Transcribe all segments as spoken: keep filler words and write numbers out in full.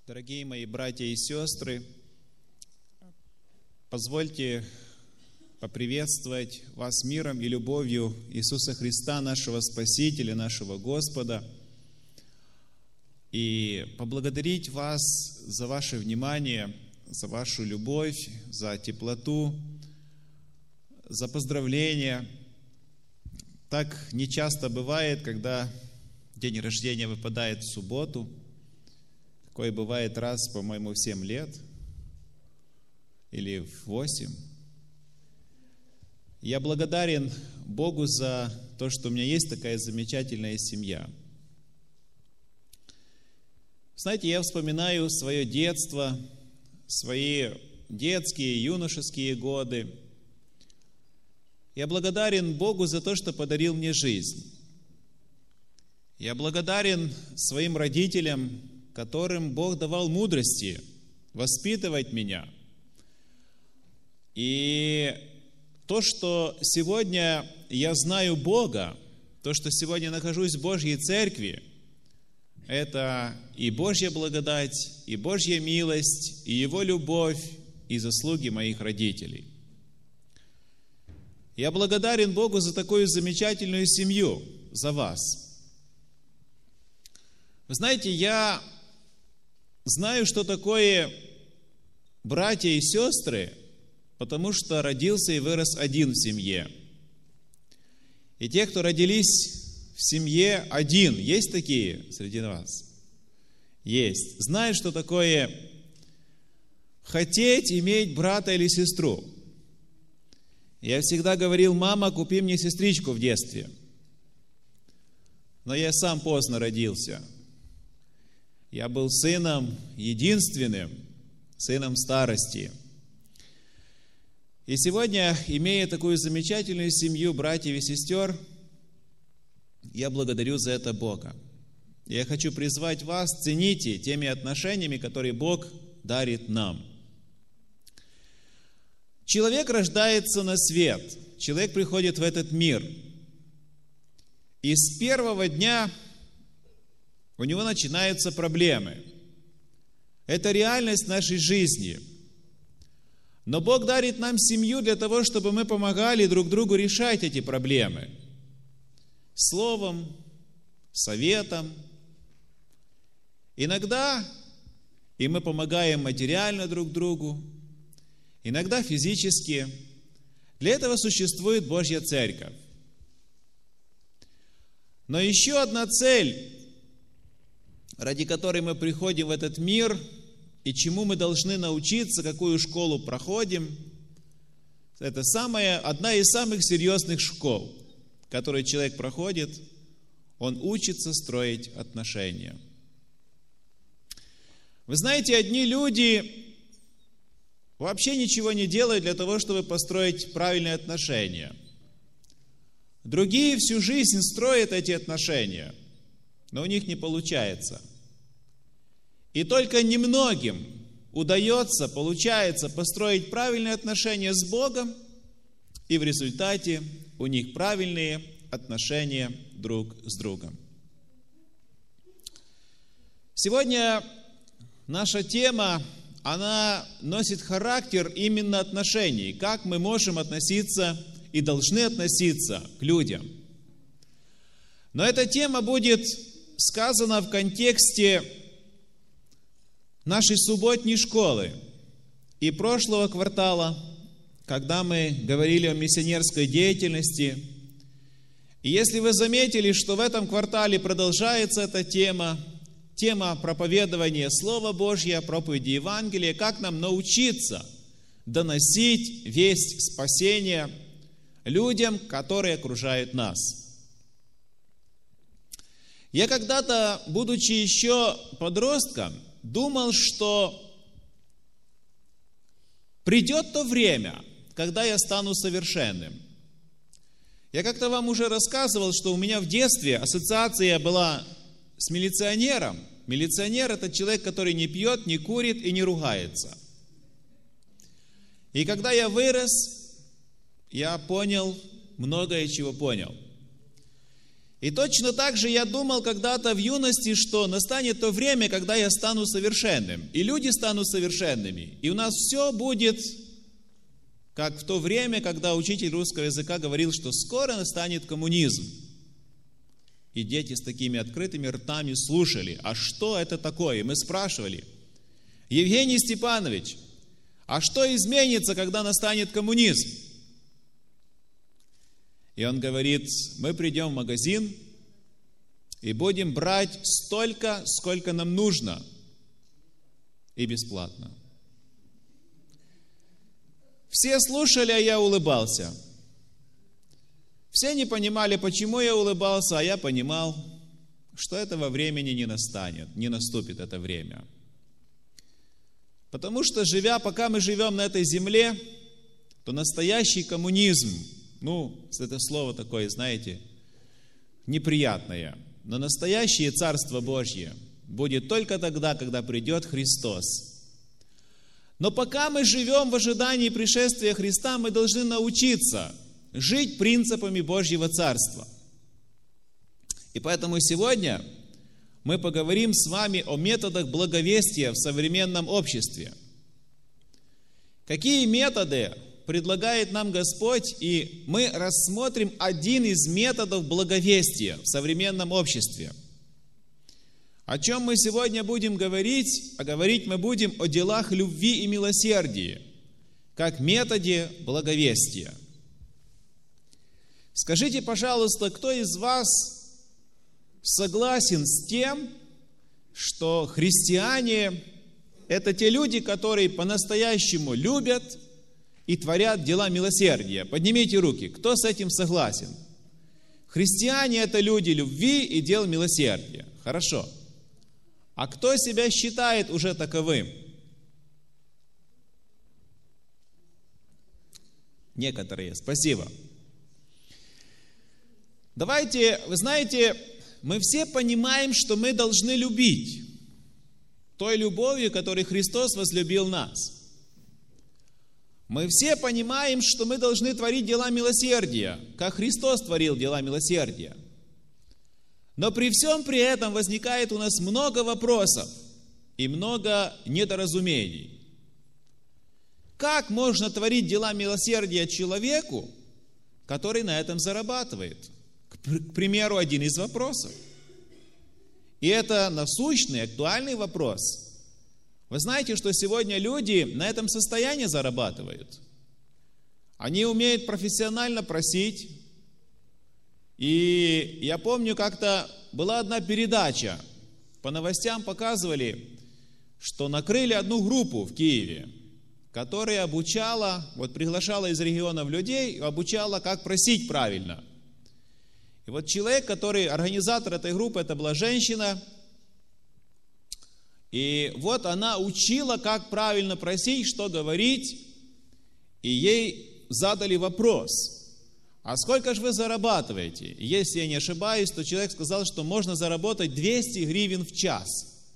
Дорогие мои братья и сестры, позвольте поприветствовать вас миром и любовью Иисуса Христа, нашего Спасителя, нашего Господа, и поблагодарить вас за ваше внимание, за вашу любовь, за теплоту, за поздравления. Так нечасто бывает, когда день рождения выпадает в субботу. Такое бывает раз, по-моему, в семь лет или в восемь. Я благодарен Богу за то, что у меня есть такая замечательная семья. Знаете, я вспоминаю свое детство, свои детские, юношеские годы. Я благодарен Богу за то, что подарил мне жизнь. Я благодарен своим родителям, которым Бог давал мудрости воспитывать меня. И то, что сегодня я знаю Бога, то, что сегодня нахожусь в Божьей Церкви, это и Божья благодать, и Божья милость, и Его любовь, и заслуги моих родителей. Я благодарен Богу за такую замечательную семью, за вас. Вы знаете, я знаю, что такое братья и сестры, потому что родился и вырос один в семье. И те, кто родились в семье один, есть такие среди вас? Есть. Знают, что такое хотеть иметь брата или сестру. Я всегда говорил: мама, купи мне сестричку в детстве. Но я сам поздно родился. Я был сыном единственным, сыном старости. И сегодня, имея такую замечательную семью братьев и сестер, я благодарю за это Бога. Я хочу призвать вас, цените теми отношениями, которые Бог дарит нам. Человек рождается на свет, человек приходит в этот мир. И с первого дня у него начинаются проблемы. Это реальность нашей жизни. Но Бог дарит нам семью для того, чтобы мы помогали друг другу решать эти проблемы. Словом, советом. Иногда и мы помогаем материально друг другу, иногда физически. Для этого существует Божья Церковь. Но еще одна цель, ради которой мы приходим в этот мир, и чему мы должны научиться, какую школу проходим, это самая, одна из самых серьезных школ, которую человек проходит. Он учится строить отношения. Вы знаете, одни люди вообще ничего не делают для того, чтобы построить правильные отношения. Другие всю жизнь строят эти отношения, но у них не получается. И только немногим удается, получается построить правильные отношения с Богом, и в результате у них правильные отношения друг с другом. Сегодня наша тема, она носит характер именно отношений, как мы можем относиться и должны относиться к людям. Но эта тема будет сказана в контексте нашей субботней школы и прошлого квартала, когда мы говорили о миссионерской деятельности. И если вы заметили, что в этом квартале продолжается эта тема, тема проповедования Слова Божьего, проповеди Евангелия, как нам научиться доносить весть спасения людям, которые окружают нас. Я когда-то, будучи еще подростком, думал, что придет то время, когда я стану совершенным. Я как-то вам уже рассказывал, что у меня в детстве ассоциация была с милиционером. Милиционер – это человек, который не пьет, не курит и не ругается. И когда я вырос, я понял, многое чего понял. И точно так же я думал когда-то в юности, что настанет то время, когда я стану совершенным, и люди станут совершенными, и у нас все будет, как в то время, когда учитель русского языка говорил, что скоро настанет коммунизм. И дети с такими открытыми ртами слушали, а что это такое? И мы спрашивали: Евгений Степанович, а что изменится, когда настанет коммунизм? И он говорит: мы придем в магазин и будем брать столько, сколько нам нужно, и бесплатно. Все слушали, а я улыбался. Все не понимали, почему я улыбался, а я понимал, что этого времени не настанет, не наступит это время. Потому что, живя, пока мы живем на этой земле, то настоящий коммунизм, ну, это слово такое, знаете, неприятное, но настоящее Царство Божье будет только тогда, когда придет Христос. Но пока мы живем в ожидании пришествия Христа, мы должны научиться жить принципами Божьего Царства. И поэтому сегодня мы поговорим с вами о методах благовестия в современном обществе. Какие методы предлагает нам Господь, и мы рассмотрим один из методов благовестия в современном обществе. О чем мы сегодня будем говорить? А говорить мы будем о делах любви и милосердия, как методе благовестия. Скажите, пожалуйста, кто из вас согласен с тем, что христиане – это те люди, которые по-настоящему любят и творят дела милосердия? Поднимите руки, кто с этим согласен? Христиане – это люди любви и дел милосердия. Хорошо. А кто себя считает уже таковым? Некоторые. Спасибо. Давайте, вы знаете, мы все понимаем, что мы должны любить той любовью, которой Христос возлюбил нас. Мы все понимаем, что мы должны творить дела милосердия, как Христос творил дела милосердия. Но при всем при этом возникает у нас много вопросов и много недоразумений. Как можно творить дела милосердия человеку, который на этом зарабатывает? К примеру, один из вопросов. И это насущный, актуальный вопрос. Вы знаете, что сегодня люди на этом состоянии зарабатывают? Они умеют профессионально просить. И я помню, как-то была одна передача, по новостям показывали, что накрыли одну группу в Киеве, которая обучала, вот приглашала из регионов людей, обучала, как просить правильно. И вот человек, который, организатор этой группы, это была женщина, и вот она учила, как правильно просить, что говорить, и ей задали вопрос: а сколько же вы зарабатываете? И если я не ошибаюсь, то человек сказал, что можно заработать двести гривен в час.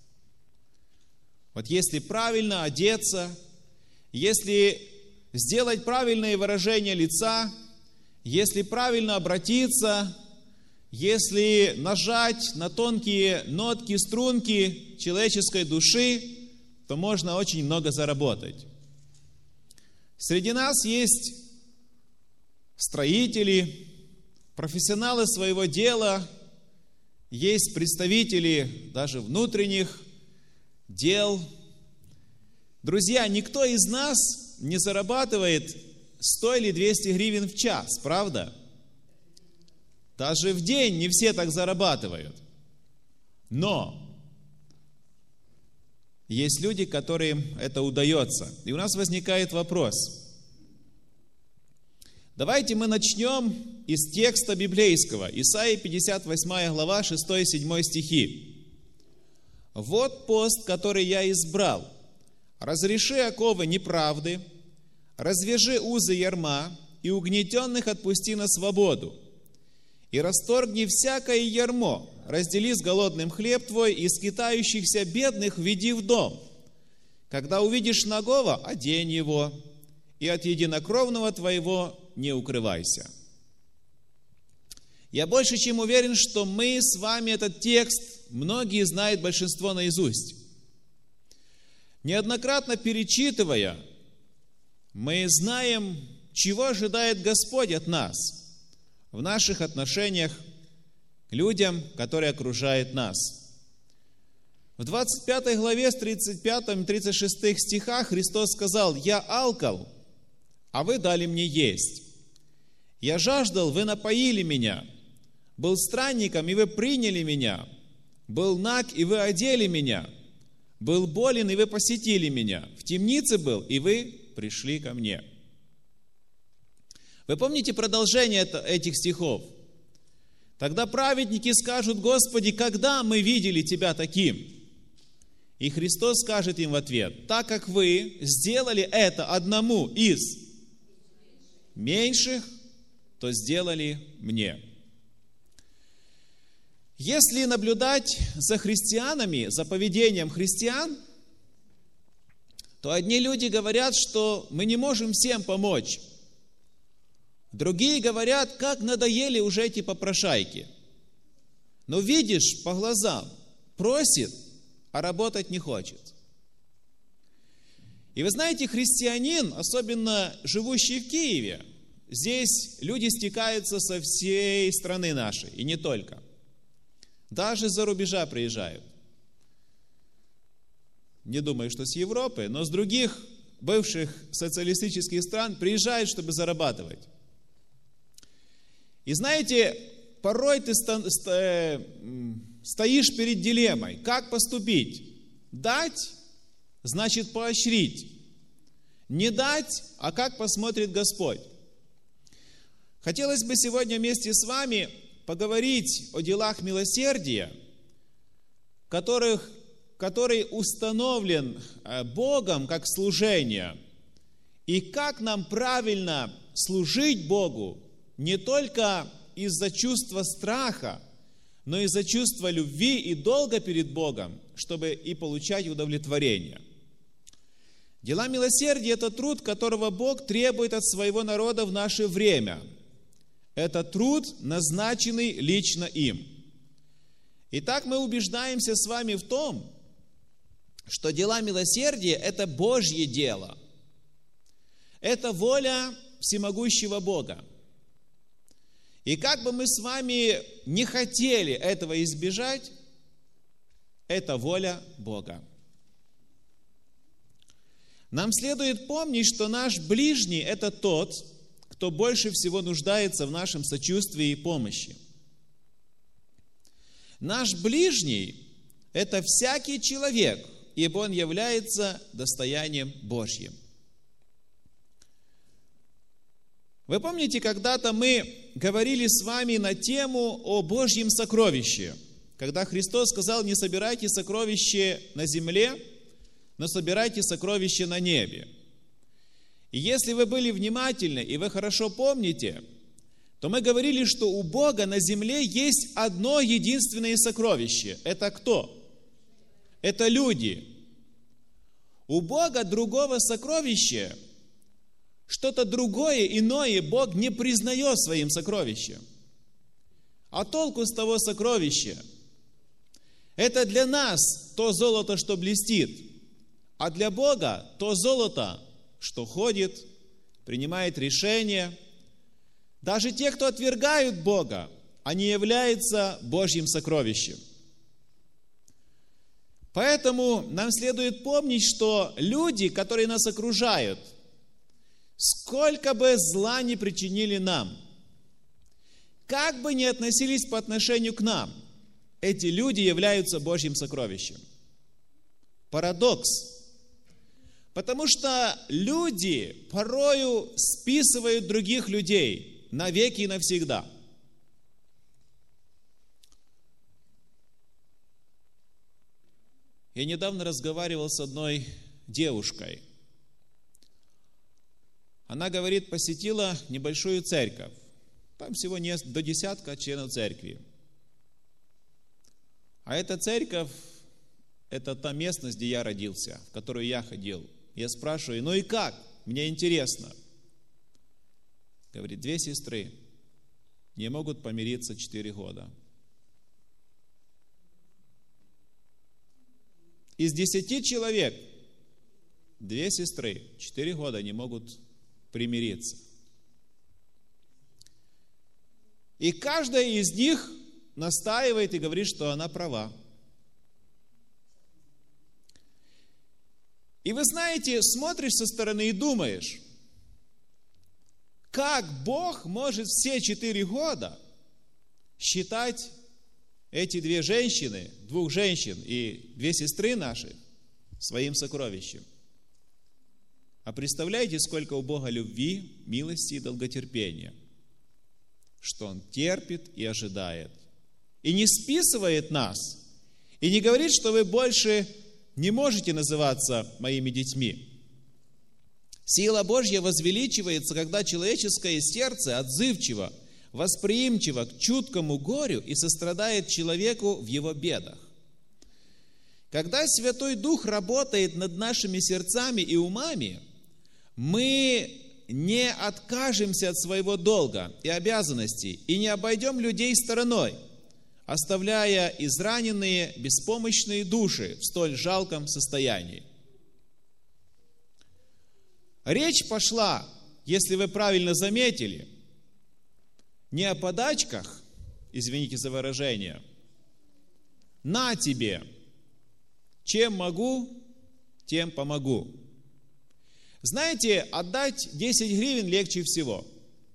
Вот если правильно одеться, если сделать правильное выражение лица, если правильно обратиться, если нажать на тонкие нотки, струнки человеческой души, то можно очень много заработать. Среди нас есть строители, профессионалы своего дела, есть представители даже внутренних дел. Друзья, никто из нас не зарабатывает сто или двести гривен в час, правда? Даже в день не все так зарабатывают. Но есть люди, которым это удается. И у нас возникает вопрос. Давайте мы начнем из текста библейского. Исайя пятьдесят восьмая глава, шестой и седьмой стихи. «Вот пост, который я избрал. Разреши оковы неправды, развяжи узы ярма, и угнетенных отпусти на свободу. И расторгни всякое ярмо, раздели с голодным хлеб твой, и скитающихся бедных введи в дом. Когда увидишь нагого, одень его, и от единокровного твоего не укрывайся». Я больше чем уверен, что мы с вами этот текст, многие знают большинство наизусть. Неоднократно перечитывая, мы знаем, чего ожидает Господь от нас в наших отношениях к людям, которые окружают нас. В двадцать пятой главе, с тридцать пятого и тридцать шестого стихах Христос сказал: «Я алкал, а вы дали мне есть. Я жаждал, вы напоили меня. Был странником, и вы приняли меня. Был наг, и вы одели меня. Был болен, и вы посетили меня. В темнице был, и вы пришли ко мне». Вы помните продолжение этих стихов? «Тогда праведники скажут: Господи, когда мы видели Тебя таким?» И Христос скажет им в ответ: «Так как вы сделали это одному из меньших, то сделали мне». Если наблюдать за христианами, за поведением христиан, то одни люди говорят, что мы не можем всем помочь. Другие говорят: как надоели уже эти попрошайки. Но видишь по глазам, просит, а работать не хочет. И вы знаете, христианин, особенно живущий в Киеве, здесь люди стекаются со всей страны нашей, и не только. Даже за рубежа приезжают. Не думаю, что с Европы, но с других бывших социалистических стран приезжают, чтобы зарабатывать. И знаете, порой ты стоишь перед дилеммой, как поступить. Дать, значит поощрить. Не дать, а как посмотрит Господь. Хотелось бы сегодня вместе с вами поговорить о делах милосердия, которых, который установлен Богом как служение, и как нам правильно служить Богу не только из-за чувства страха, но из-за чувства любви и долга перед Богом, чтобы и получать удовлетворение. Дела милосердия – это труд, которого Бог требует от своего народа в наше время. Это труд, назначенный лично им. Итак, мы убеждаемся с вами в том, что дела милосердия – это Божье дело. Это воля всемогущего Бога. И как бы мы с вами не хотели этого избежать, это воля Бога. Нам следует помнить, что наш ближний – это тот, кто больше всего нуждается в нашем сочувствии и помощи. Наш ближний – это всякий человек, ибо он является достоянием Божьим. Вы помните, когда-то мы говорили с вами на тему о Божьем сокровище, когда Христос сказал: не собирайте сокровище на земле, но собирайте сокровище на небе. И если вы были внимательны, и вы хорошо помните, то мы говорили, что у Бога на земле есть одно единственное сокровище. Это кто? Это люди. У Бога другого сокровища, что-то другое, иное Бог не признает своим сокровищем. А толку с того сокровища? Это для нас то золото, что блестит, а для Бога то золото, что ходит, принимает решения. Даже те, кто отвергают Бога, они являются Божьим сокровищем. Поэтому нам следует помнить, что люди, которые нас окружают, сколько бы зла ни причинили нам, как бы ни относились по отношению к нам, эти люди являются Божьим сокровищем. Парадокс. Потому что люди порою списывают других людей навеки и навсегда. Я недавно разговаривал с одной девушкой. Она, говорит, посетила небольшую церковь. Там всего не до десятка членов церкви. А эта церковь, это та местность, где я родился, в которую я ходил. Я спрашиваю: ну и как? Мне интересно. Говорит: две сестры. не могут помириться четыре года. Из десяти человек две сестры четыре года не могут примириться. И каждая из них настаивает и говорит, что она права. И вы знаете, смотришь со стороны и думаешь, как Бог может все четыре года считать эти две женщины, двух женщин и две сестры наши своим сокровищем? А представляете, сколько у Бога любви, милости и долготерпения, что Он терпит и ожидает. И не списывает нас, и не говорит, что вы больше не можете называться моими детьми. Сила Божья возвеличивается, когда человеческое сердце отзывчиво, восприимчиво к чуткому горю и сострадает человеку в его бедах. Когда Святой Дух работает над нашими сердцами и умами, мы не откажемся от своего долга и обязанностей и не обойдем людей стороной, оставляя израненные, беспомощные души в столь жалком состоянии. Речь пошла, если вы правильно заметили, не о подачках, извините за выражение, на тебе, чем могу, тем помогу. Знаете, отдать десять гривен легче всего.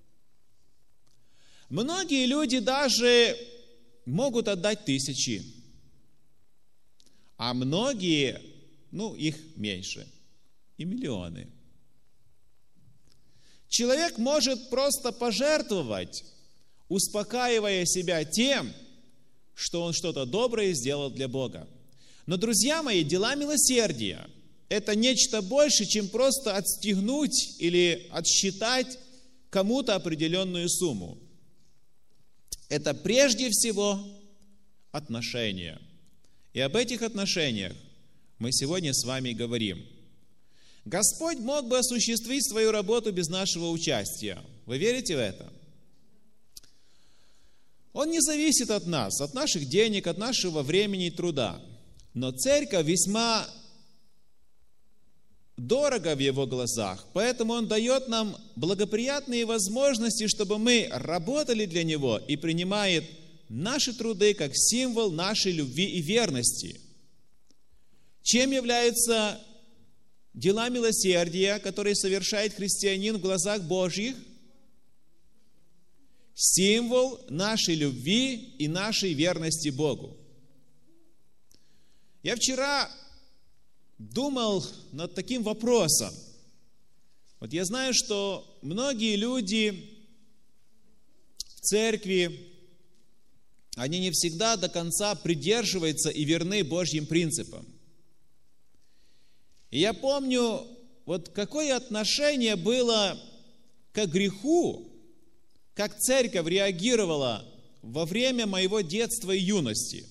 Многие люди даже могут отдать тысячи, а многие, ну, их меньше, и миллионы. Человек может просто пожертвовать, успокаивая себя тем, что он что-то доброе сделал для Бога. Но, друзья мои, дела милосердия – это нечто больше, чем просто отстегнуть или отсчитать кому-то определенную сумму. Это прежде всего отношения. И об этих отношениях мы сегодня с вами говорим. Господь мог бы осуществить свою работу без нашего участия. Вы верите в это? Он не зависит от нас, от наших денег, от нашего времени и труда. Но церковь весьма дорого в Его глазах, поэтому Он дает нам благоприятные возможности, чтобы мы работали для Него, и принимает наши труды как символ нашей любви и верности. Чем являются дела милосердия, которые совершает христианин в глазах Божьих? Символ нашей любви и нашей верности Богу. Я вчера думал над таким вопросом. Вот я знаю, что многие люди в церкви, они не всегда до конца придерживаются и верны Божьим принципам. И я помню, вот какое отношение было к греху, как церковь реагировала во время моего детства и юности.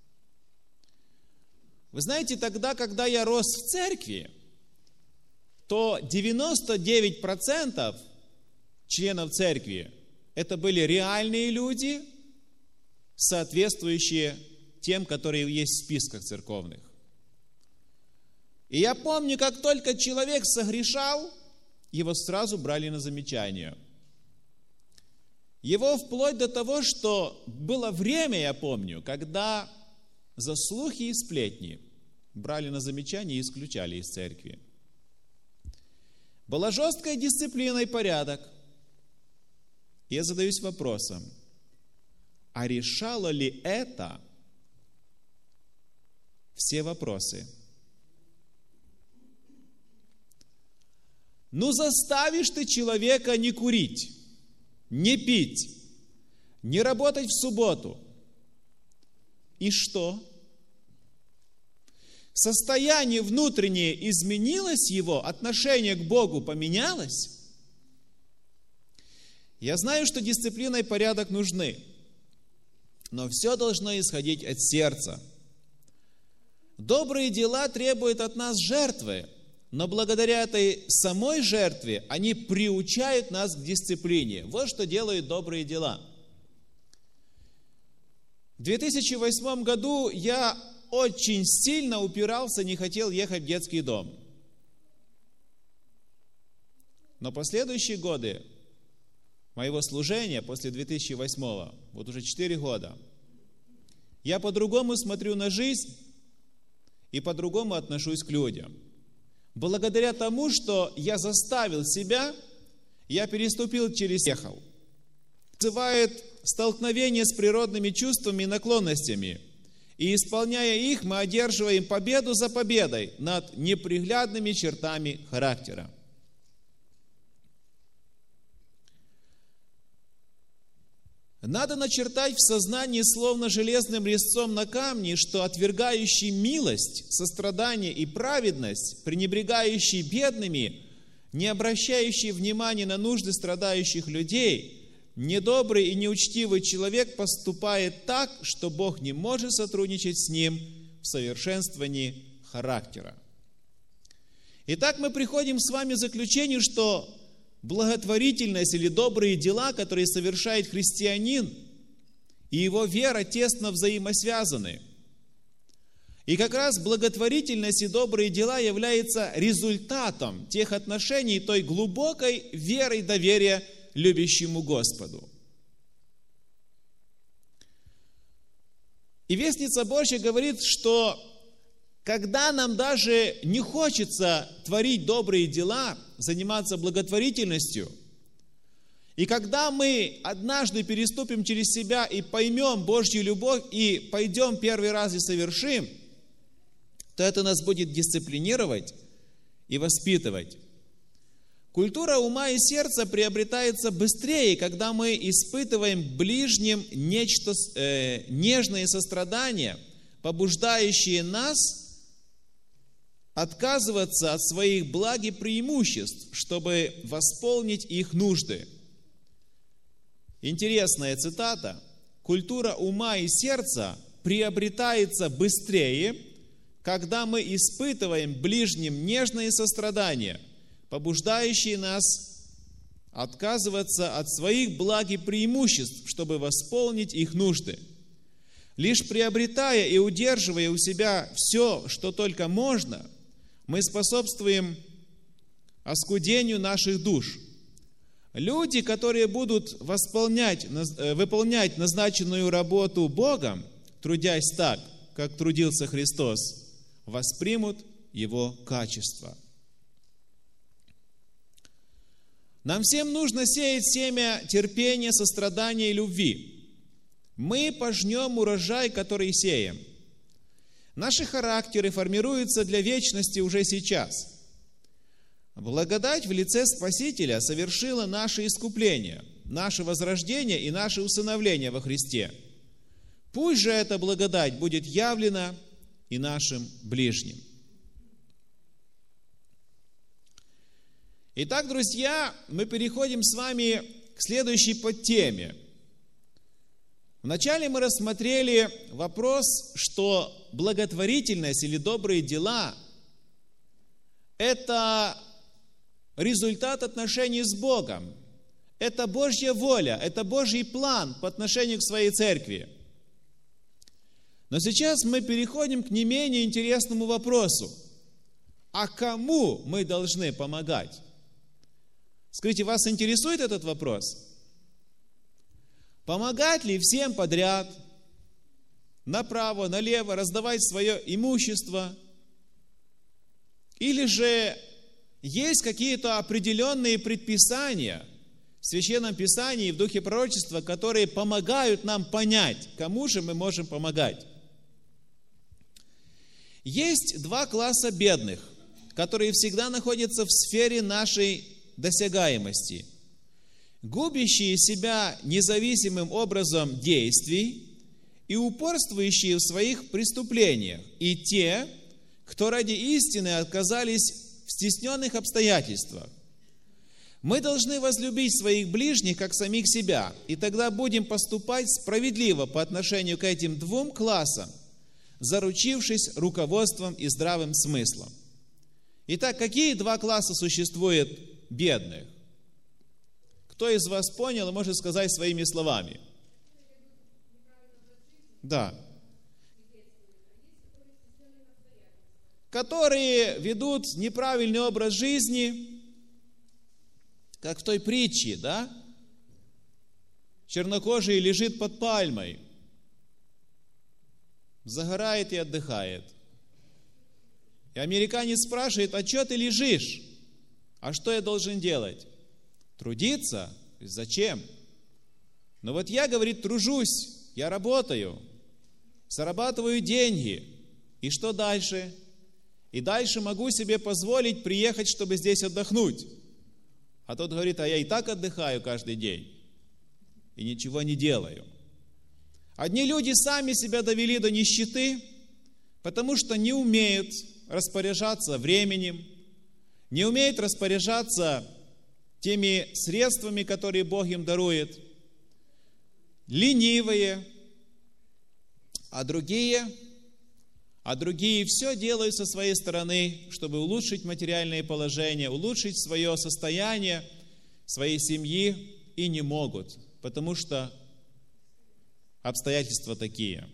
Вы знаете, тогда, когда я рос в церкви, то девяносто девять процентов членов церкви это были реальные люди, соответствующие тем, которые есть в списках церковных. И я помню, как только человек согрешал, его сразу брали на замечание. Его вплоть до того, что было время, я помню, когда за слухи и сплетни брали на замечание и исключали из церкви. Была жесткая дисциплина и порядок. Я задаюсь вопросом, а решало ли это все вопросы? Ну, заставишь ты человека не курить, не пить, не работать в субботу. И что? Состояние внутреннее изменилось его, отношение к Богу поменялось? Я знаю, что дисциплина и порядок нужны, но все должно исходить от сердца. Добрые дела требуют от нас жертвы, но благодаря этой самой жертве они приучают нас к дисциплине. Вот что делают добрые дела. В две тысячи восьмом году я очень сильно упирался, не хотел ехать в детский дом. Но последующие годы моего служения, после две тысячи восьмого, вот уже четыре года, я по-другому смотрю на жизнь и по-другому отношусь к людям. Благодаря тому, что я заставил себя, я переступил через ехал. Вызывает столкновение с природными чувствами и наклонностями. И исполняя их, мы одерживаем победу за победой над неприглядными чертами характера. Надо начертать в сознании словно железным резцом на камне, что отвергающий милость, сострадание и праведность, пренебрегающий бедными, не обращающий внимания на нужды страдающих людей, недобрый и неучтивый человек поступает так, что Бог не может сотрудничать с ним в совершенствовании характера. Итак, мы приходим с вами к заключению, что благотворительность или добрые дела, которые совершает христианин, и его вера тесно взаимосвязаны. И как раз благотворительность и добрые дела являются результатом тех отношений, той глубокой веры и доверия любящему Господу. И Вестница Божья говорит, что когда нам даже не хочется творить добрые дела, заниматься благотворительностью, и когда мы однажды переступим через себя и поймем Божью любовь, и пойдем первый раз и совершим, то это нас будет дисциплинировать и воспитывать. Культура ума и сердца приобретается быстрее, когда мы испытываем ближним нечто э, нежное сострадание, побуждающее нас отказываться от своих благ и преимуществ, чтобы восполнить их нужды. Интересная цитата. Культура ума и сердца приобретается быстрее, когда мы испытываем ближним нежное сострадание, побуждающие нас отказываться от своих благ и преимуществ, чтобы восполнить их нужды. Лишь приобретая и удерживая у себя все, что только можно, мы способствуем оскудению наших душ. Люди, которые будут восполнять, выполнять назначенную работу Богом, трудясь так, как трудился Христос, воспримут Его качество. Нам всем нужно сеять семя терпения, сострадания и любви. Мы пожнем урожай, который сеем. Наши характеры формируются для вечности уже сейчас. Благодать в лице Спасителя совершила наше искупление, наше возрождение и наше усыновление во Христе. Пусть же эта благодать будет явлена и нашим ближним. Итак, друзья, мы переходим с вами к следующей подтеме. Вначале мы рассмотрели вопрос, что благотворительность или добрые дела – это результат отношений с Богом. Это Божья воля, это Божий план по отношению к своей церкви. Но сейчас мы переходим к не менее интересному вопросу. А кому мы должны помогать? Скажите, вас интересует этот вопрос? Помогать ли всем подряд, направо, налево, раздавать свое имущество? Или же есть какие-то определенные предписания в Священном Писании и в Духе Пророчества, которые помогают нам понять, кому же мы можем помогать? Есть два класса бедных, которые всегда находятся в сфере нашей досягаемости. Губящие себя независимым образом действий и упорствующие в своих преступлениях, и те, кто ради истины оказались в стесненных обстоятельствах. Мы должны возлюбить своих ближних, как самих себя, и тогда будем поступать справедливо по отношению к этим двум классам, заручившись руководством и здравым смыслом. Итак, какие два класса существуют бедных? Кто из вас понял и может сказать своими словами? Да. Которые ведут неправильный образ жизни, как в той притче, да? Чернокожий лежит под пальмой, загорает и отдыхает. И американец спрашивает: а что ты лежишь? А что я должен делать? Трудиться? Зачем? Ну вот я, говорит, тружусь, я работаю, зарабатываю деньги. И что дальше? И дальше могу себе позволить приехать, чтобы здесь отдохнуть. А тот говорит: а я и так отдыхаю каждый день и ничего не делаю. Одни люди сами себя довели до нищеты, потому что не умеют распоряжаться временем, не умеют распоряжаться теми средствами, которые Бог им дарует, ленивые, а другие, а другие все делают со своей стороны, чтобы улучшить материальное положение, улучшить свое состояние, своей семьи, и не могут, потому что обстоятельства такие.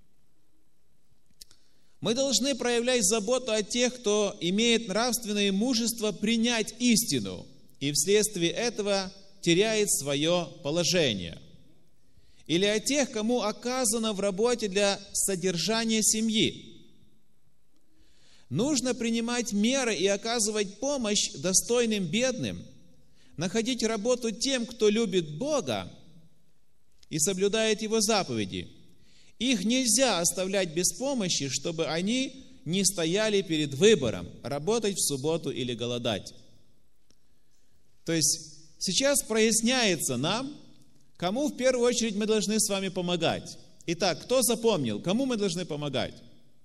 Мы должны проявлять заботу о тех, кто имеет нравственное мужество принять истину и вследствие этого теряет свое положение. Или о тех, кому оказано в работе для содержания семьи. Нужно принимать меры и оказывать помощь достойным бедным, находить работу тем, кто любит Бога и соблюдает Его заповеди. Их нельзя оставлять без помощи, чтобы они не стояли перед выбором, работать в субботу или голодать. То есть сейчас проясняется нам, кому в первую очередь мы должны с вами помогать. Итак, кто запомнил, кому мы должны помогать?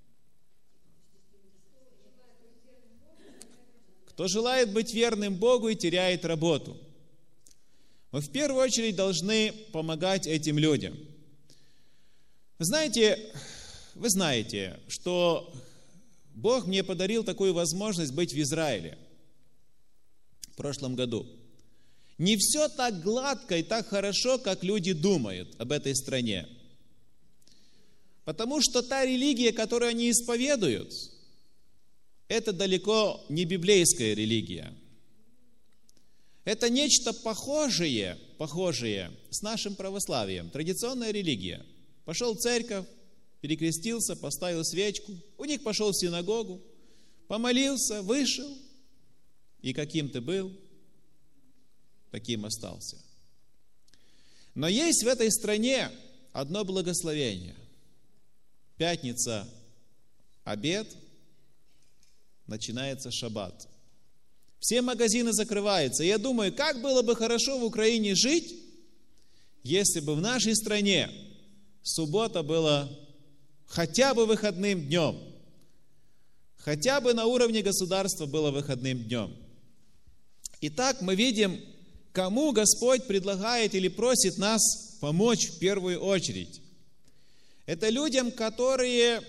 Кто желает быть верным Богу и теряет работу. Мы в первую очередь должны помогать этим людям. Вы знаете, вы знаете, что Бог мне подарил такую возможность быть в Израиле в прошлом году. Не все так гладко и так хорошо, как люди думают об этой стране. Потому что та религия, которую они исповедуют, это далеко не библейская религия. Это нечто похожее, похожее с нашим православием, традиционная религия. Пошел в церковь, перекрестился, поставил свечку, у них пошел в синагогу, помолился, вышел, и каким ты был, таким остался. Но есть в этой стране одно благословение. Пятница, обед, начинается шаббат. Все магазины закрываются. Я думаю, как было бы хорошо в Украине жить, если бы в нашей стране суббота была хотя бы выходным днем. Хотя бы на уровне государства было выходным днем. Итак, мы видим, кому Господь предлагает или просит нас помочь в первую очередь. Это людям, которые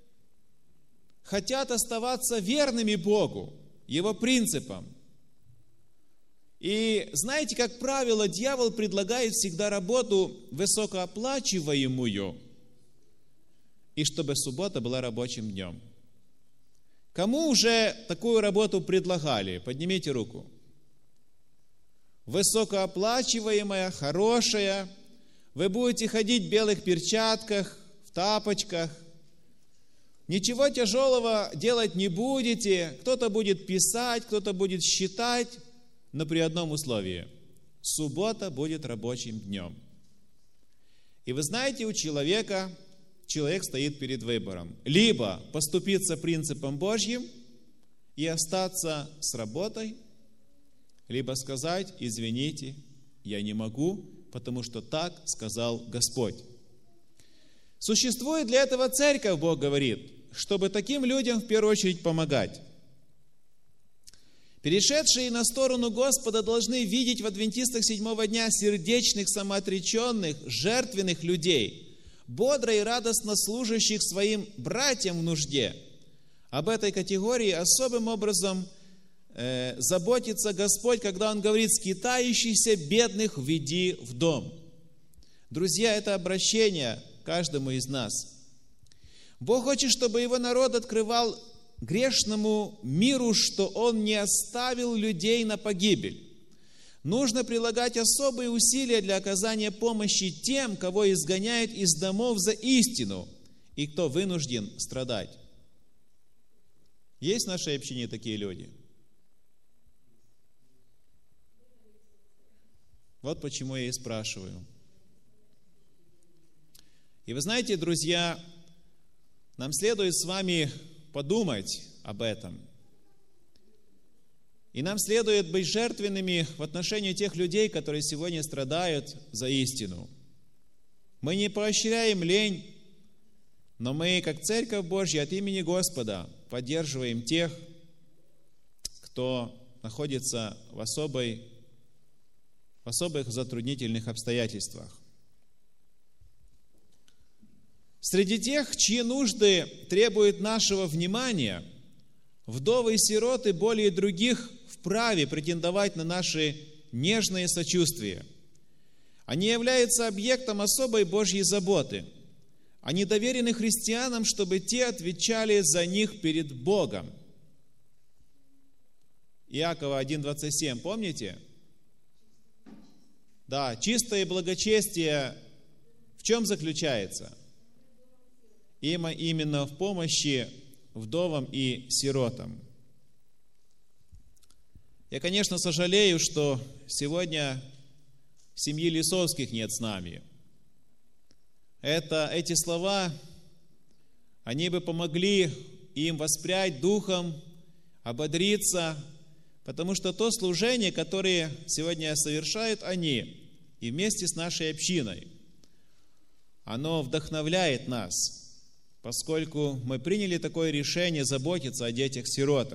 хотят оставаться верными Богу, Его принципам. И знаете, как правило, дьявол предлагает всегда работу высокооплачиваемую, и чтобы суббота была рабочим днем. Кому уже такую работу предлагали? Поднимите руку. Высокооплачиваемая, хорошая. Вы будете ходить в белых перчатках, в тапочках. Ничего тяжелого делать не будете. Кто-то будет писать, кто-то будет считать, но при одном условии. Суббота будет рабочим днем. И вы знаете, у человека, человек стоит перед выбором. Либо поступиться принципом Божьим и остаться с работой, либо сказать: извините, я не могу, потому что так сказал Господь. Существует для этого церковь, Бог говорит, чтобы таким людям в первую очередь помогать. Перешедшие на сторону Господа должны видеть в адвентистах седьмого дня сердечных, самоотреченных, жертвенных людей, бодро и радостно служащих своим братьям в нужде. Об этой категории особым образом э, заботится Господь, когда Он говорит: скитающихся бедных веди в дом. Друзья, это обращение каждому из нас. Бог хочет, чтобы Его народ открывал грешному миру, что Он не оставил людей на погибель. Нужно прилагать особые усилия для оказания помощи тем, кого изгоняют из домов за истину и кто вынужден страдать. Есть в нашей общине такие люди? Вот почему я и спрашиваю. И вы знаете, друзья, нам следует с вами подумать об этом. И нам следует быть жертвенными в отношении тех людей, которые сегодня страдают за истину. Мы не поощряем лень, но мы, как Церковь Божья, от имени Господа поддерживаем тех, кто находится в, особой, в особых затруднительных обстоятельствах. Среди тех, чьи нужды требуют нашего внимания, вдовы и сироты более других вправе претендовать на наши нежные сочувствия. Они являются объектом особой Божьей заботы. Они доверены христианам, чтобы те отвечали за них перед Богом. Иакова один двадцать семь, помните? Да, чистое благочестие в чем заключается? Именно в помощи вдовам и сиротам. Я, конечно, сожалею, что сегодня семьи Лисовских нет с нами. Это, эти слова, они бы помогли им воспрять духом, ободриться, потому что то служение, которое сегодня совершают они, и вместе с нашей общиной, оно вдохновляет нас, поскольку мы приняли такое решение заботиться о детях-сиротах.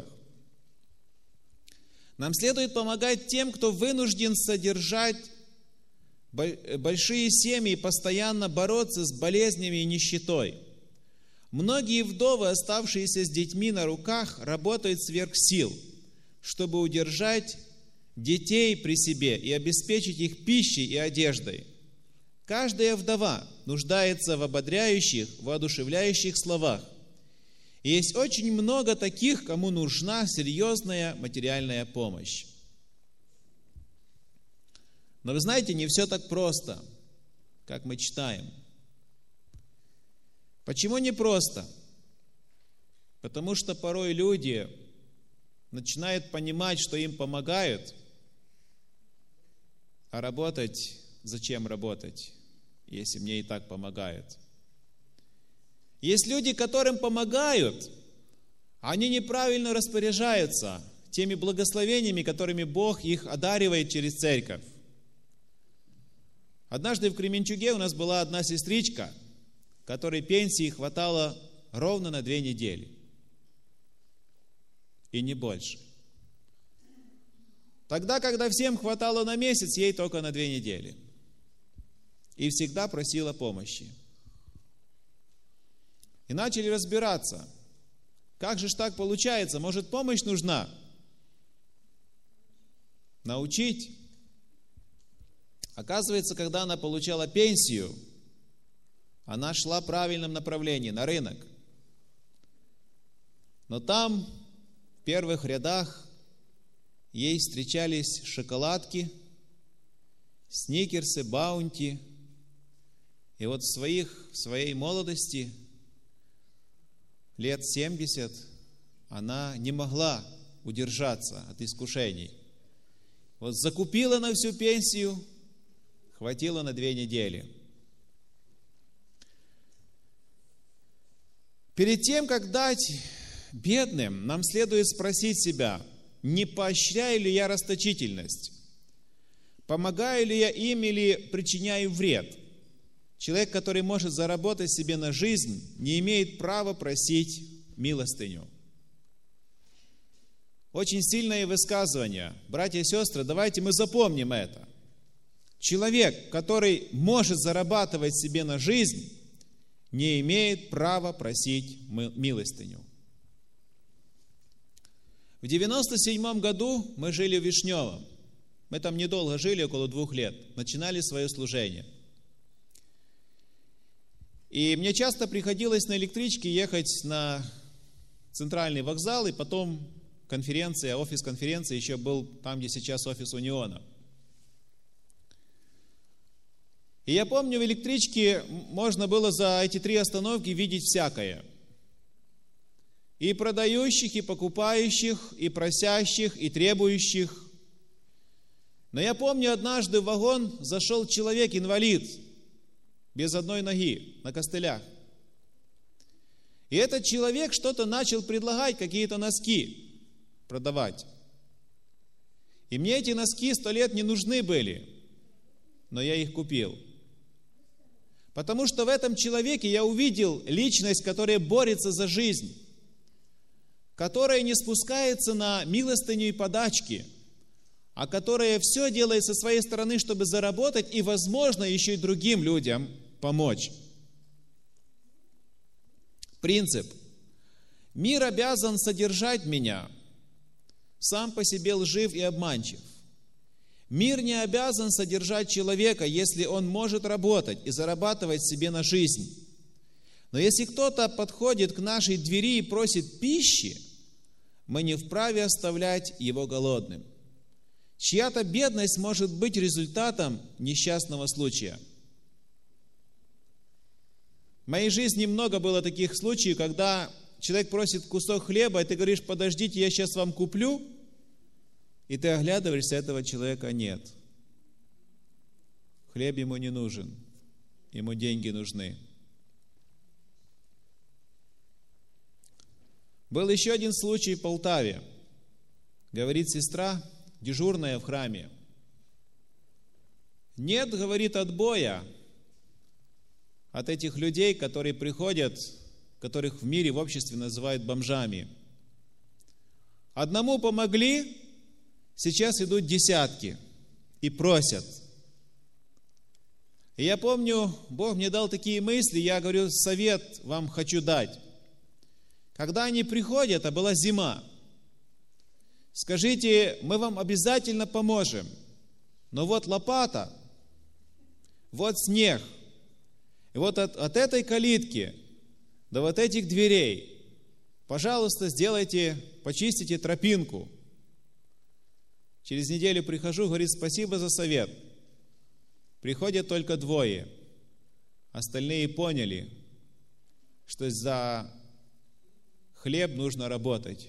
Нам следует помогать тем, кто вынужден содержать большие семьи и постоянно бороться с болезнями и нищетой. Многие вдовы, оставшиеся с детьми на руках, работают сверх сил, чтобы удержать детей при себе и обеспечить их пищей и одеждой. Каждая вдова нуждается в ободряющих, воодушевляющих словах. И есть очень много таких, кому нужна серьезная материальная помощь. Но вы знаете, не все так просто, как мы читаем. Почему не просто? Потому что порой люди начинают понимать, что им помогают, а работать, зачем работать, если мне и так помогают? Есть люди, которым помогают, а они неправильно распоряжаются теми благословениями, которыми Бог их одаривает через церковь. Однажды в Кременчуге у нас была одна сестричка, которой пенсии хватало ровно на две недели. И не больше. Тогда, когда всем хватало на месяц, ей только на две недели. И всегда просила помощи. И начали разбираться. Как же ж так получается? Может, помощь нужна? Научить. Оказывается, когда она получала пенсию, она шла в правильном направлении, на рынок. Но там, в первых рядах, ей встречались шоколадки, сникерсы, баунти. И вот в, своих, в своей молодости, лет семьдесят, она не могла удержаться от искушений. Вот закупила на всю пенсию, хватило на две недели. Перед тем, как дать бедным, нам следует спросить себя, не поощряю ли я расточительность? Помогаю ли я им или причиняю вред? Человек, который может заработать себе на жизнь, не имеет права просить милостыню. Очень сильное высказывание. Братья и сестры, давайте мы запомним это. Человек, который может зарабатывать себе на жизнь, не имеет права просить милостыню. В девяносто седьмом году мы жили в Вишневом. Мы там недолго жили, около двух лет. Начинали свое служение. И мне часто приходилось на электричке ехать на центральный вокзал, и потом конференция, офис конференции еще был там, где сейчас офис Униона. И я помню, в электричке можно было за эти три остановки видеть всякое. И продающих, и покупающих, и просящих, и требующих. Но я помню, однажды в вагон зашел человек-инвалид, без одной ноги, на костылях. И этот человек что-то начал предлагать, какие-то носки продавать. И мне эти носки сто лет не нужны были, но я их купил. Потому что в этом человеке я увидел личность, которая борется за жизнь, которая не спускается на милостыню и подачки, а которая все делает со своей стороны, чтобы заработать и, возможно, еще и другим людям помочь. Принцип. Мир обязан содержать меня, сам по себе лжив и обманчив. Мир не обязан содержать человека, если он может работать и зарабатывать себе на жизнь. Но если кто-то подходит к нашей двери и просит пищи, мы не вправе оставлять его голодным. Чья-то бедность может быть результатом несчастного случая. В моей жизни много было таких случаев, когда человек просит кусок хлеба, и ты говоришь: подождите, я сейчас вам куплю, и ты оглядываешься, этого человека нет. Хлеб ему не нужен, ему деньги нужны. Был еще один случай в Полтаве. Говорит сестра, дежурная в храме: нет, говорит, отбоя от этих людей, которые приходят, которых в мире, в обществе называют бомжами. Одному помогли, сейчас идут десятки и просят. И я помню, Бог мне дал такие мысли, я говорю, совет вам хочу дать. Когда они приходят, а была зима, скажите: мы вам обязательно поможем, но вот лопата, вот снег, и вот от, от этой калитки до вот этих дверей, пожалуйста, сделайте, почистите тропинку. Через неделю прихожу, говорит: спасибо за совет. Приходят только двое. Остальные поняли, что за хлеб нужно работать.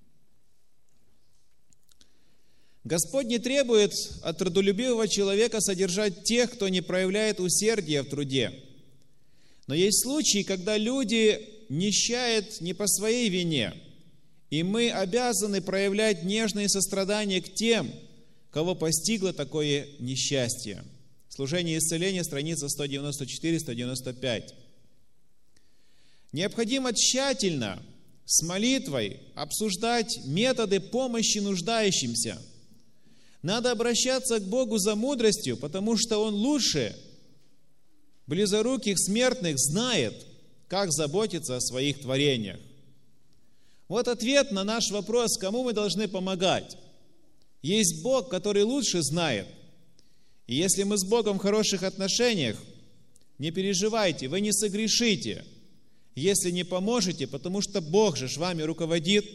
Господь не требует от трудолюбивого человека содержать тех, кто не проявляет усердия в труде. Но есть случаи, когда люди нищают не по своей вине, и мы обязаны проявлять нежное сострадание к тем, кого постигло такое несчастье. Служение исцеления, страница сто девяносто четыре - сто девяносто пять. Необходимо тщательно, с молитвой, обсуждать методы помощи нуждающимся. Надо обращаться к Богу за мудростью, потому что Он лучше близоруких смертных знает, как заботиться о своих творениях. Вот ответ на наш вопрос, кому мы должны помогать. Есть Бог, который лучше знает. И если мы с Богом в хороших отношениях, не переживайте, вы не согрешите, если не поможете, потому что Бог же вами руководит.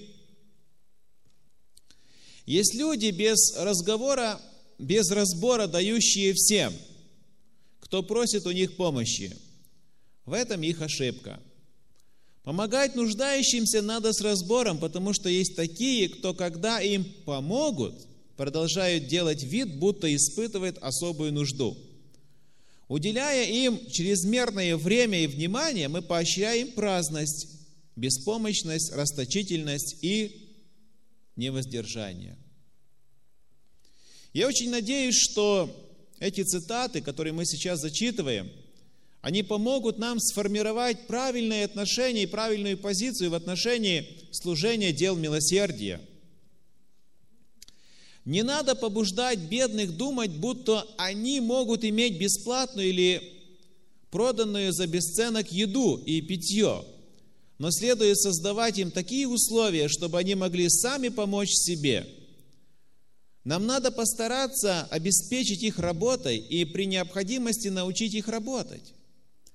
Есть люди без разговора, без разбора, дающие всем, кто просит у них помощи. В этом их ошибка. Помогать нуждающимся надо с разбором, потому что есть такие, кто, когда им помогут, продолжают делать вид, будто испытывают особую нужду. Уделяя им чрезмерное время и внимание, мы поощряем праздность, беспомощность, расточительность и невоздержание. Я очень надеюсь, что эти цитаты, которые мы сейчас зачитываем, они помогут нам сформировать правильное отношение и правильную позицию в отношении служения дел милосердия. Не надо побуждать бедных думать, будто они могут иметь бесплатную или проданную за бесценок еду и питье, но следует создавать им такие условия, чтобы они могли сами помочь себе. Нам надо постараться обеспечить их работой и при необходимости научить их работать.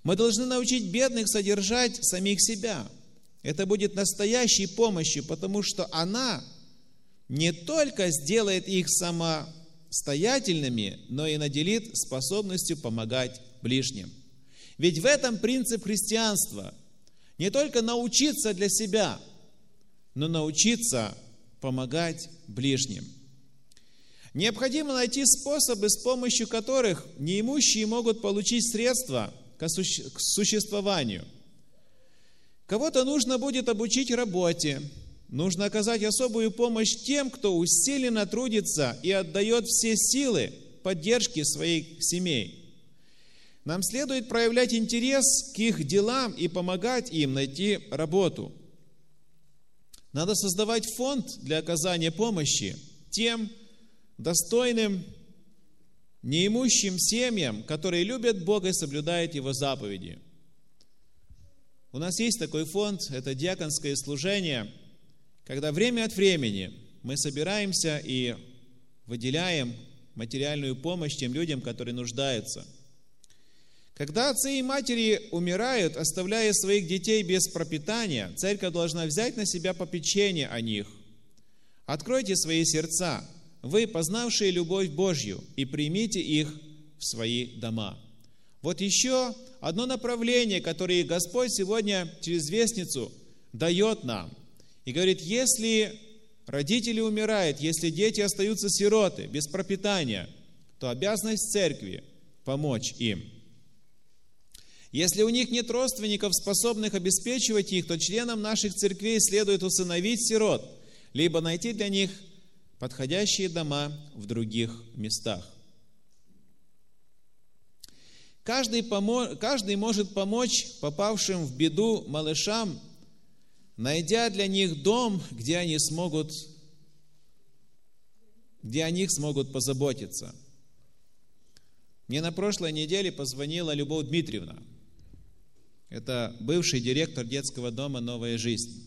Мы должны научить бедных содержать самих себя. Это будет настоящей помощью, потому что она не только сделает их самостоятельными, но и наделит способностью помогать ближним. Ведь в этом принцип христианства. Не только научиться для себя, но научиться помогать ближним. Необходимо найти способы, с помощью которых неимущие могут получить средства к существованию. Кого-то нужно будет обучить работе, нужно оказать особую помощь тем, кто усиленно трудится и отдает все силы поддержки своих семей. Нам следует проявлять интерес к их делам и помогать им найти работу. Надо создавать фонд для оказания помощи тем достойным, неимущим семьям, которые любят Бога и соблюдают Его заповеди. У нас есть такой фонд, это диаконское служение, когда время от времени мы собираемся и выделяем материальную помощь тем людям, которые нуждаются. Когда отцы и матери умирают, оставляя своих детей без пропитания, церковь должна взять на себя попечение о них. Откройте свои сердца, вы, познавшие любовь Божью, и примите их в свои дома. Вот еще одно направление, которое Господь сегодня через вестницу дает нам. И говорит, если родители умирают, если дети остаются сироты, без пропитания, то обязанность церкви помочь им. Если у них нет родственников, способных обеспечивать их, то членам наших церквей следует усыновить сирот, либо найти для них подходящие дома в других местах. Каждый, помо... Каждый может помочь попавшим в беду малышам, найдя для них дом, где они смогут, где о них смогут позаботиться. Мне на прошлой неделе позвонила Любовь Дмитриевна. Это бывший директор детского дома «Новая жизнь».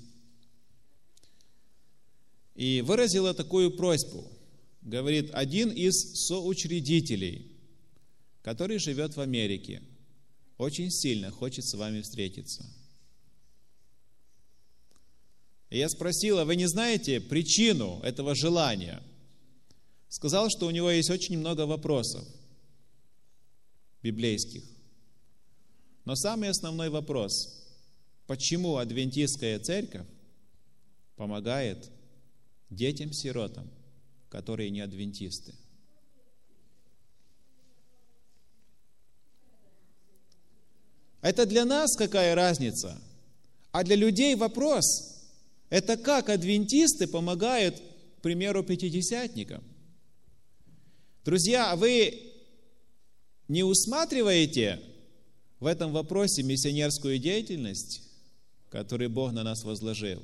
И выразила такую просьбу. Говорит, один из соучредителей, который живет в Америке, очень сильно хочет с вами встретиться. И я спросила, вы не знаете причину этого желания? Сказал, что у него есть очень много вопросов библейских. Но самый основной вопрос, почему адвентистская церковь помогает детям-сиротам, которые не адвентисты? Это для нас какая разница? А для людей вопрос, это как адвентисты помогают, к примеру, пятидесятникам? Друзья, вы не усматриваете в этом вопросе миссионерскую деятельность, которую Бог на нас возложил?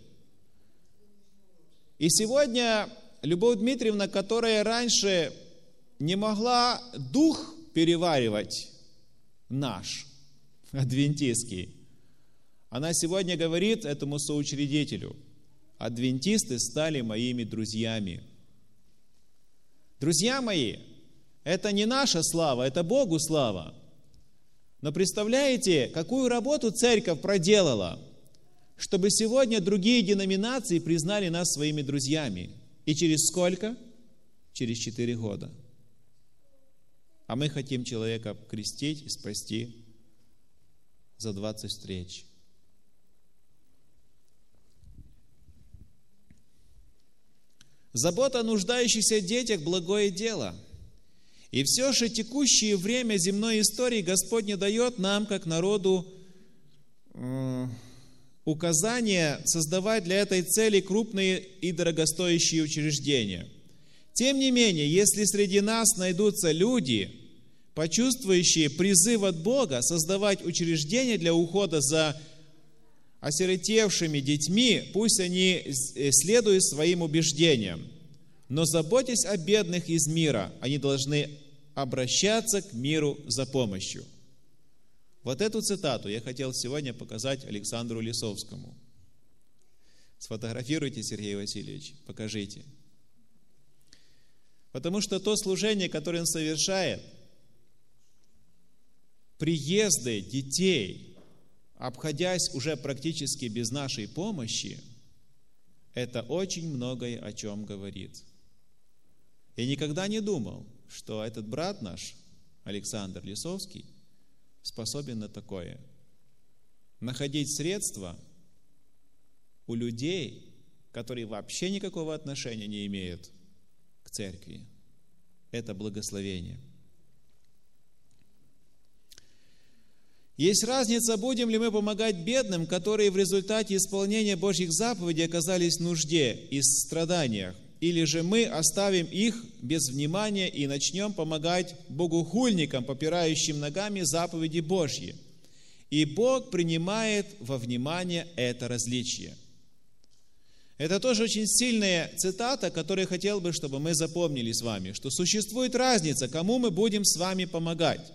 И сегодня Любовь Дмитриевна, которая раньше не могла дух переваривать наш, адвентистский, она сегодня говорит этому соучредителю, адвентисты стали моими друзьями. Друзья мои, это не наша слава, это Богу слава. Но представляете, какую работу церковь проделала, чтобы сегодня другие деноминации признали нас своими друзьями. И через сколько? Через четыре года. А мы хотим человека крестить и спасти за двадцать встреч. Забота о нуждающихся детях – благое дело. И все же текущее время земной истории Господь не дает нам, как народу, э, указания создавать для этой цели крупные и дорогостоящие учреждения. Тем не менее, если среди нас найдутся люди, почувствующие призыв от Бога создавать учреждения для ухода за осиротевшими детьми, пусть они следуют своим убеждениям. Но заботясь о бедных из мира, они должны обращаться к миру за помощью. Вот эту цитату я хотел сегодня показать Александру Лисовскому. Сфотографируйте, Сергей Васильевич, покажите. Потому что то служение, которое он совершает, приезды детей, обходясь уже практически без нашей помощи, это очень многое о чем говорит. Я никогда не думал, что этот брат наш, Александр Лисовский, способен на такое. Находить средства у людей, которые вообще никакого отношения не имеют к церкви. Это благословение. Есть разница, будем ли мы помогать бедным, которые в результате исполнения Божьих заповедей оказались в нужде и страданиях, или же мы оставим их без внимания и начнем помогать богохульникам, попирающим ногами заповеди Божьи. И Бог принимает во внимание это различие. Это тоже очень сильная цитата, которую я хотел бы, чтобы мы запомнили с вами, что существует разница, кому мы будем с вами помогать.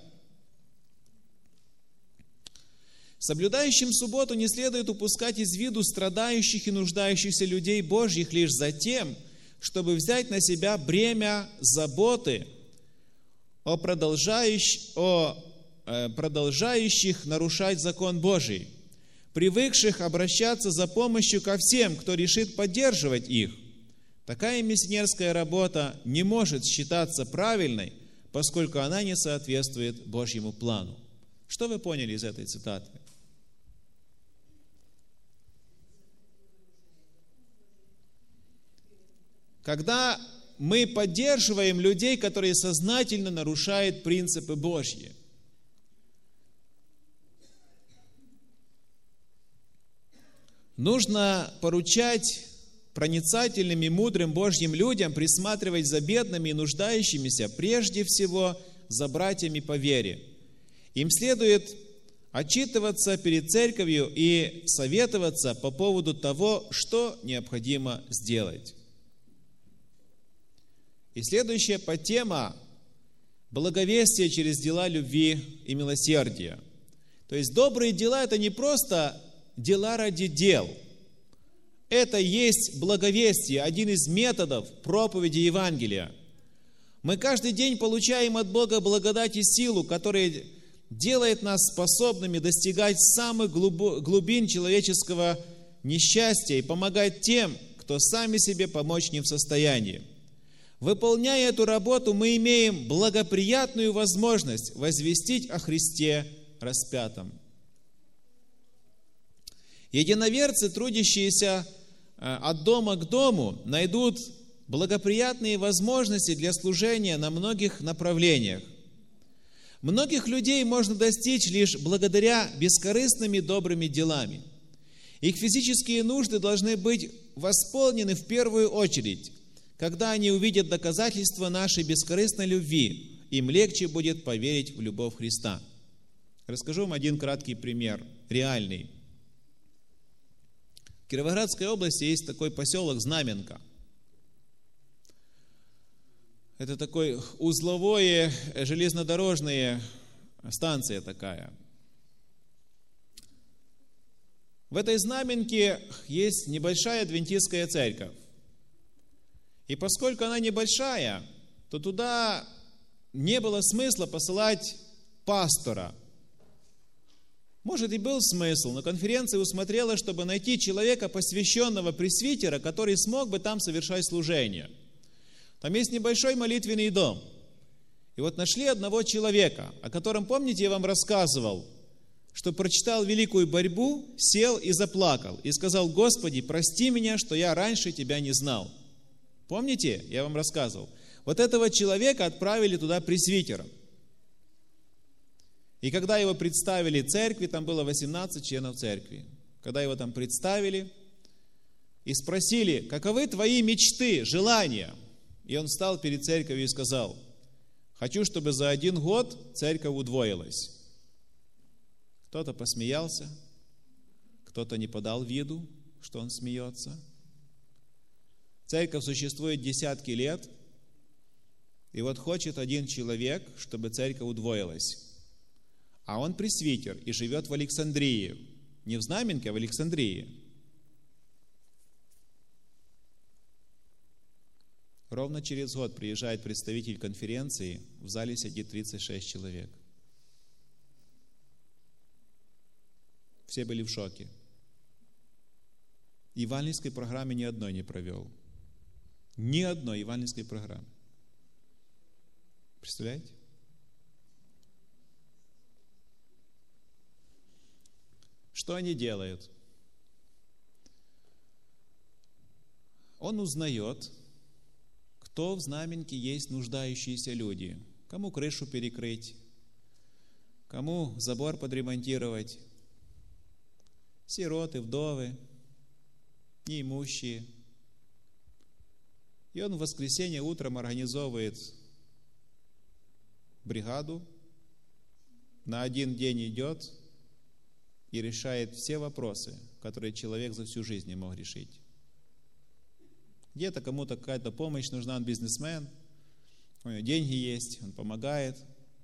Соблюдающим субботу не следует упускать из виду страдающих и нуждающихся людей Божьих лишь за тем, чтобы взять на себя бремя заботы о, продолжающих, о э, продолжающих нарушать закон Божий, привыкших обращаться за помощью ко всем, кто решит поддерживать их. Такая миссионерская работа не может считаться правильной, поскольку она не соответствует Божьему плану. Что вы поняли из этой цитаты? Когда мы поддерживаем людей, которые сознательно нарушают принципы Божьи. Нужно поручать проницательным и мудрым Божьим людям присматривать за бедными и нуждающимися, прежде всего за братьями по вере. Им следует отчитываться перед церковью и советоваться по поводу того, что необходимо сделать. И следующая подтема – благовестие через дела любви и милосердия. То есть добрые дела – это не просто дела ради дел. Это есть благовестие, один из методов проповеди Евангелия. Мы каждый день получаем от Бога благодать и силу, которая делает нас способными достигать самых глубин человеческого несчастья и помогать тем, кто сами себе помочь не в состоянии. Выполняя эту работу, мы имеем благоприятную возможность возвестить о Христе распятом. Единоверцы, трудящиеся от дома к дому, найдут благоприятные возможности для служения на многих направлениях. Многих людей можно достичь лишь благодаря бескорыстными добрыми делами. Их физические нужды должны быть восполнены в первую очередь. Когда они увидят доказательства нашей бескорыстной любви, им легче будет поверить в любовь Христа. Расскажу вам один краткий пример, реальный. В Кировоградской области есть такой поселок Знаменка. Это такой узловое железнодорожная станция такая. В этой Знаменке есть небольшая адвентистская церковь. И поскольку она небольшая, то туда не было смысла посылать пастора. Может, и был смысл, но конференция усмотрела, чтобы найти человека, посвященного пресвитера, который смог бы там совершать служение. Там есть небольшой молитвенный дом. И вот нашли одного человека, о котором, помните, я вам рассказывал, что прочитал великую борьбу, сел и заплакал, и сказал: «Господи, прости меня, что я раньше Тебя не знал». Помните, я вам рассказывал? Вот этого человека отправили туда пресвитером. И когда его представили церкви, там было восемнадцать членов церкви. Когда его там представили и спросили: «Каковы твои мечты, желания?» И он встал перед церковью и сказал: «Хочу, чтобы за один год церковь удвоилась». Кто-то посмеялся, кто-то не подал виду, что он смеется. Церковь существует десятки лет, и вот хочет один человек, чтобы церковь удвоилась. А он пресвитер и живет в Александрии. Не в Знаменке, а в Александрии. Ровно через год приезжает представитель конференции, в зале сидит тридцать шесть человек. Все были в шоке. Евангельской программы ни одной не провел. Ни одной евангельской программы. Представляете? Что они делают? Он узнает, кто в знаменке есть нуждающиеся люди. Кому крышу перекрыть, кому забор подремонтировать, сироты, вдовы, неимущие. И он в воскресенье утром организовывает бригаду, на один день идет и решает все вопросы, которые человек за всю жизнь не мог решить. Где-то кому-то какая-то помощь нужна, он бизнесмен, у него деньги есть, он помогает.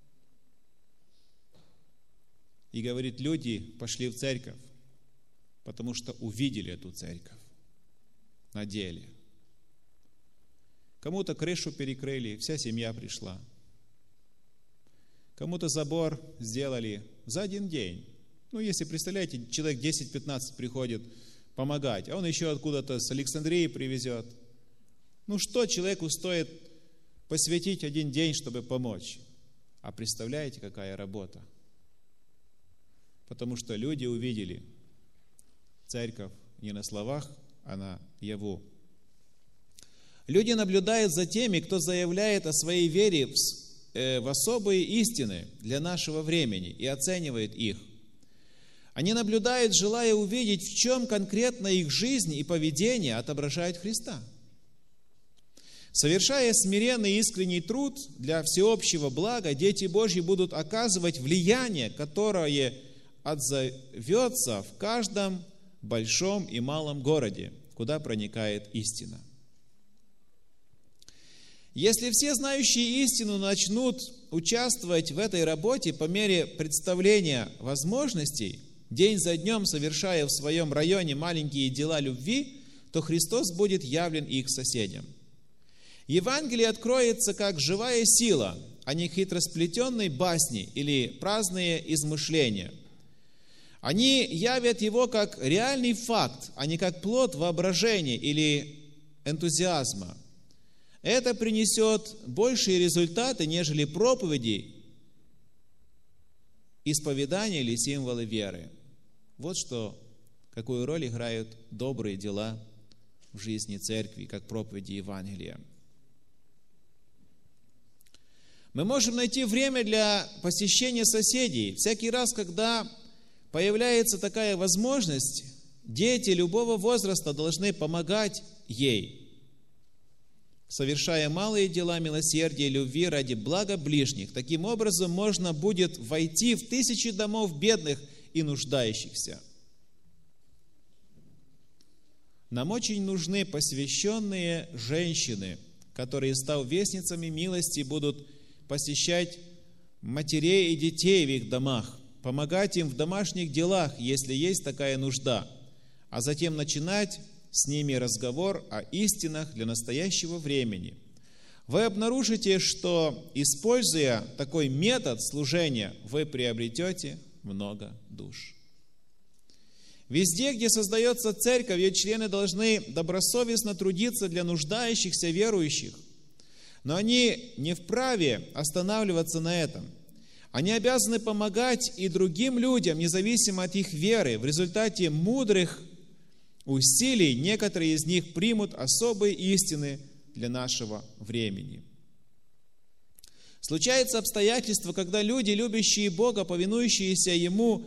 И говорит, люди пошли в церковь, потому что увидели эту церковь на деле. Кому-то крышу перекрыли, вся семья пришла. Кому-то забор сделали за один день. Ну, если представляете, человек десять-пятнадцать приходит помогать, а он еще откуда-то с Александрии привезет. Ну, что человеку стоит посвятить один день, чтобы помочь? А представляете, какая работа? Потому что люди увидели церковь не на словах, а на яву. Люди наблюдают за теми, кто заявляет о своей вере в, э, в особые истины для нашего времени и оценивает их. Они наблюдают, желая увидеть, в чем конкретно их жизнь и поведение отображают Христа. Совершая смиренный и искренний труд для всеобщего блага, дети Божьи будут оказывать влияние, которое отзовется в каждом большом и малом городе, куда проникает истина. Если все знающие истину начнут участвовать в этой работе по мере представления возможностей, день за днем совершая в своем районе маленькие дела любви, то Христос будет явлен их соседям. Евангелие откроется как живая сила, а не хитросплетенной басни или праздные измышления. Они явят его как реальный факт, а не как плод воображения или энтузиазма. Это принесет большие результаты, нежели проповеди, исповедания или символы веры. Вот что, какую роль играют добрые дела в жизни церкви, как проповеди Евангелия. Мы можем найти время для посещения соседей. Всякий раз, когда появляется такая возможность, дети любого возраста должны помогать ей, совершая малые дела милосердия и любви ради блага ближних. Таким образом, можно будет войти в тысячи домов бедных и нуждающихся. Нам очень нужны посвященные женщины, которые, став вестницами милости, будут посещать матерей и детей в их домах, помогать им в домашних делах, если есть такая нужда, а затем начинать с ними разговор о истинах для настоящего времени. Вы обнаружите, что, используя такой метод служения, вы приобретете много душ. Везде, где создается церковь, ее члены должны добросовестно трудиться для нуждающихся верующих. Но они не вправе останавливаться на этом. Они обязаны помогать и другим людям, независимо от их веры. В результате мудрых усилий некоторые из них примут особые истины для нашего времени. Случаются обстоятельства, когда люди, любящие Бога, повинующиеся Ему,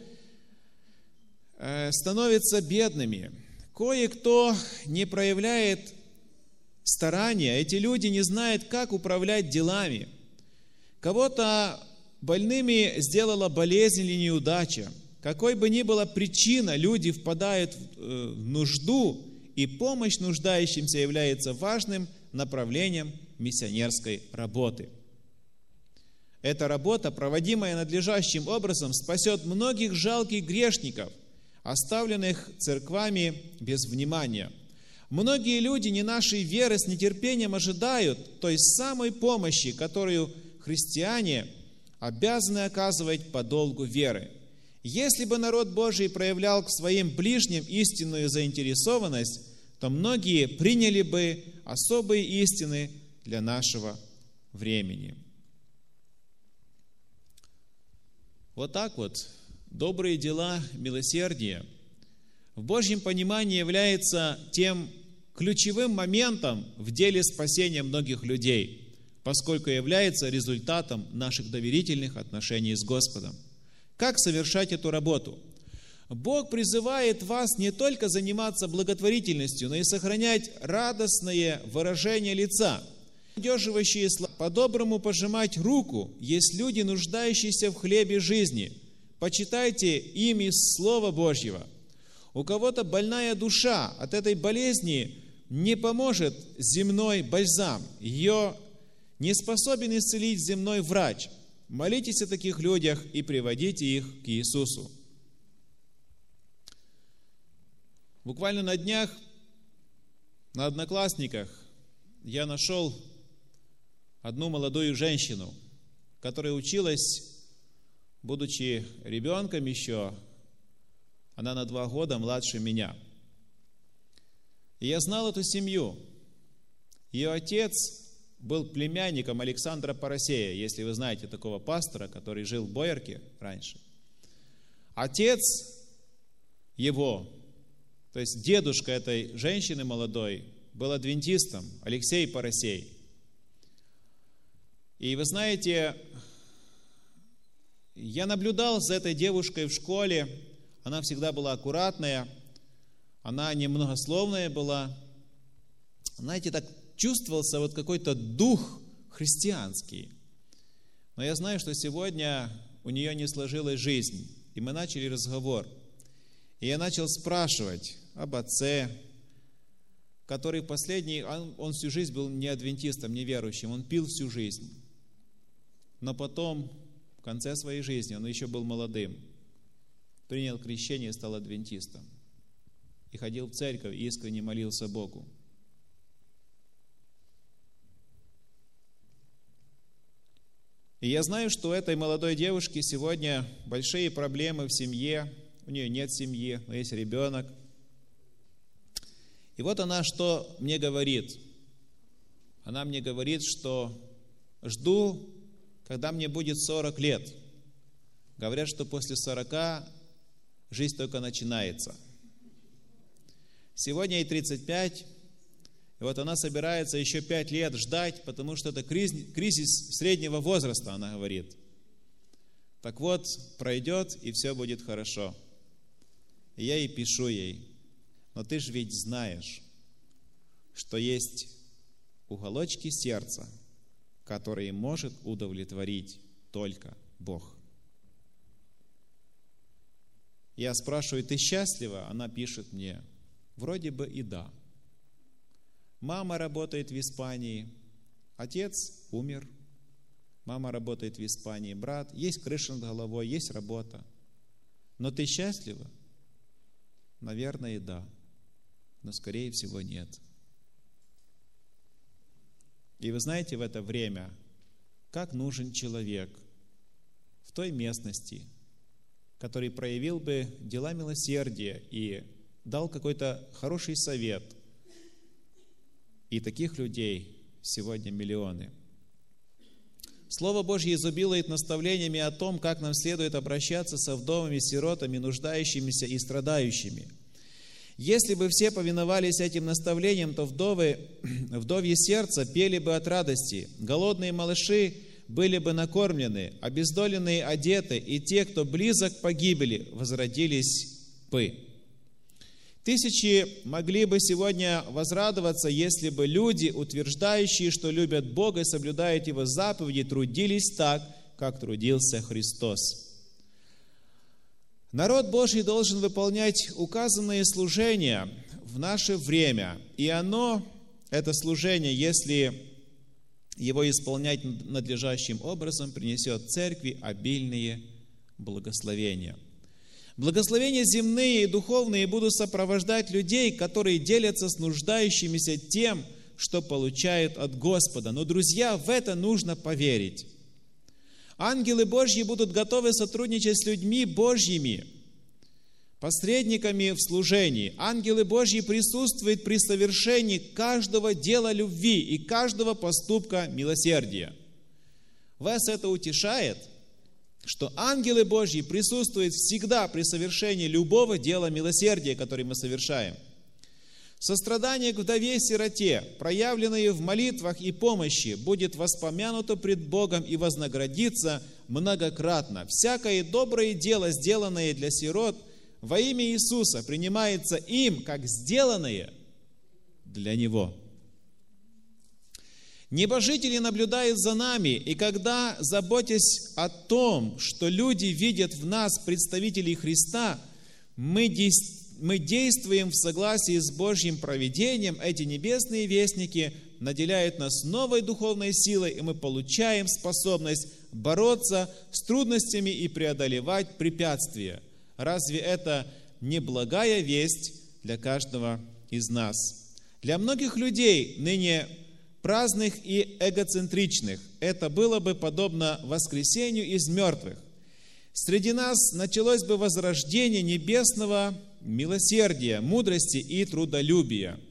становятся бедными. Кое-кто не проявляет старания, эти люди не знают, как управлять делами. Кого-то больными сделала болезнь или неудача. Какой бы ни была причина, люди впадают в нужду, и помощь нуждающимся является важным направлением миссионерской работы. Эта работа, проводимая надлежащим образом, спасет многих жалких грешников, оставленных церквами без внимания. Многие люди не нашей веры с нетерпением ожидают той самой помощи, которую христиане обязаны оказывать по долгу веры. Если бы народ Божий проявлял к своим ближним истинную заинтересованность, то многие приняли бы особые истины для нашего времени. Вот так вот, добрые дела, милосердие в Божьем понимании является тем ключевым моментом в деле спасения многих людей, поскольку является результатом наших доверительных отношений с Господом. Как совершать эту работу? Бог призывает вас не только заниматься благотворительностью, но и сохранять радостное выражение лица, поддерживающие слова, по-доброму пожимать руку, есть люди, нуждающиеся в хлебе жизни. Почитайте им из Слова Божьего. У кого-то больная душа, от этой болезни не поможет земной бальзам, ее не способен исцелить земной врач. Молитесь о таких людях и приводите их к Иисусу. Буквально на днях на Одноклассниках я нашел одну молодую женщину, которая училась, будучи ребенком еще, она на два года младше меня. И я знал эту семью. Ее отец был племянником Александра Парасея, если вы знаете такого пастора, который жил в Боярке раньше. Отец его, то есть дедушка этой женщины молодой, был адвентистом, Алексей Парасей. И вы знаете, я наблюдал за этой девушкой в школе, она всегда была аккуратная, она немногословная была. Знаете, так чувствовался вот какой-то дух христианский. Но я знаю, что сегодня у нее не сложилась жизнь. И мы начали разговор. И я начал спрашивать об отце, который последний, он, он всю жизнь был не адвентистом, не верующим, он пил всю жизнь. Но потом, в конце своей жизни, он еще был молодым, принял крещение и стал адвентистом. И ходил в церковь, и искренне молился Богу. И я знаю, что у этой молодой девушки сегодня большие проблемы в семье. У нее нет семьи, но есть ребенок. И вот она что мне говорит. Она мне говорит, что жду, когда мне будет сорок лет. Говорят, что после сорока жизнь только начинается. Сегодня ей тридцать пять, и вот она собирается еще пять лет ждать, потому что это кризис среднего возраста, она говорит. Так вот, пройдет, и все будет хорошо. И я ей пишу ей, но ты же ведь знаешь, что есть уголочки сердца, которые может удовлетворить только Бог. Я спрашиваю, ты счастлива? Она пишет мне, вроде бы и да. Мама работает в Испании, отец умер. Мама работает в Испании, брат, есть крыша над головой, есть работа. Но ты счастлива? Наверное, и да. Но, скорее всего, нет. И вы знаете, в это время, как нужен человек в той местности, который проявил бы дела милосердия и дал какой-то хороший совет. И таких людей сегодня миллионы. Слово Божье изобилует наставлениями о том, как нам следует обращаться со вдовами, сиротами, нуждающимися и страдающими. Если бы все повиновались этим наставлениям, то вдовы, вдовье сердце пели бы от радости, голодные малыши были бы накормлены, обездоленные одеты, и те, кто близок к погибели, возродились бы. Тысячи могли бы сегодня возрадоваться, если бы люди, утверждающие, что любят Бога и соблюдают Его заповеди, трудились так, как трудился Христос. Народ Божий должен выполнять указанные служения в наше время, и оно, это служение, если его исполнять надлежащим образом, принесет церкви обильные благословения. Благословения земные и духовные будут сопровождать людей, которые делятся с нуждающимися тем, что получают от Господа. Но, друзья, в это нужно поверить. Ангелы Божьи будут готовы сотрудничать с людьми Божьими, посредниками в служении. Ангелы Божьи присутствуют при совершении каждого дела любви и каждого поступка милосердия. Вас это утешает, что ангелы Божьи присутствуют всегда при совершении любого дела милосердия, которое мы совершаем. Сострадание к вдове и сироте, проявленное в молитвах и помощи, будет воспомянуто пред Богом и вознаградится многократно. Всякое доброе дело, сделанное для сирот, во имя Иисуса, принимается им, как сделанное для Него. Небожители наблюдают за нами, и когда, заботясь о том, что люди видят в нас представителей Христа, мы действительно мы действуем в согласии с Божьим провидением, эти небесные вестники наделяют нас новой духовной силой, и мы получаем способность бороться с трудностями и преодолевать препятствия. Разве это не благая весть для каждого из нас? Для многих людей, ныне праздных и эгоцентричных, это было бы подобно воскресению из мертвых. Среди нас началось бы возрождение небесного милосердия, мудрости и трудолюбия.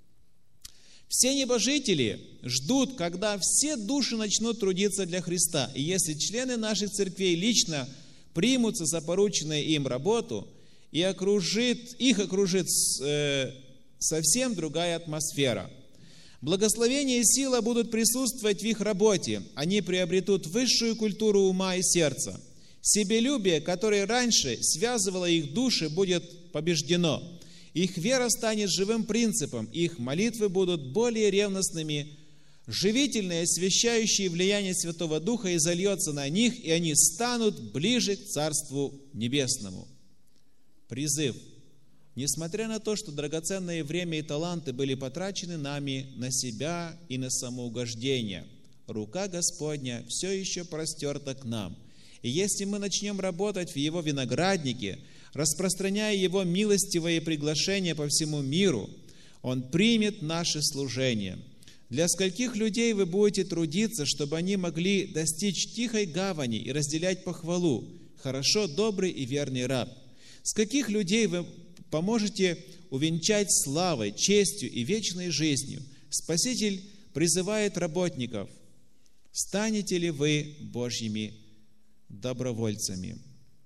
Все небожители ждут, когда все души начнут трудиться для Христа. И если члены наших церквей лично примутся за порученную им работу, и окружит, их окружит э, совсем другая атмосфера. Благословение и сила будут присутствовать в их работе. Они приобретут высшую культуру ума и сердца. Себелюбие, которое раньше связывало их души, будет побеждено. Их вера станет живым принципом, их молитвы будут более ревностными. Живительное, освящающее влияние Святого Духа изольется на них, и они станут ближе к Царству Небесному. Призыв. Несмотря на то, что драгоценное время и таланты были потрачены нами на себя и на самоугождение, рука Господня все еще простерта к нам. И если мы начнем работать в Его винограднике, распространяя Его милостивое приглашение по всему миру, Он примет наше служение. Для скольких людей вы будете трудиться, чтобы они могли достичь тихой гавани и разделять похвалу? Хорошо, добрый и верный раб. С каких людей вы поможете увенчать славой, честью и вечной жизнью? Спаситель призывает работников. Станете ли вы Божьими добровольцами?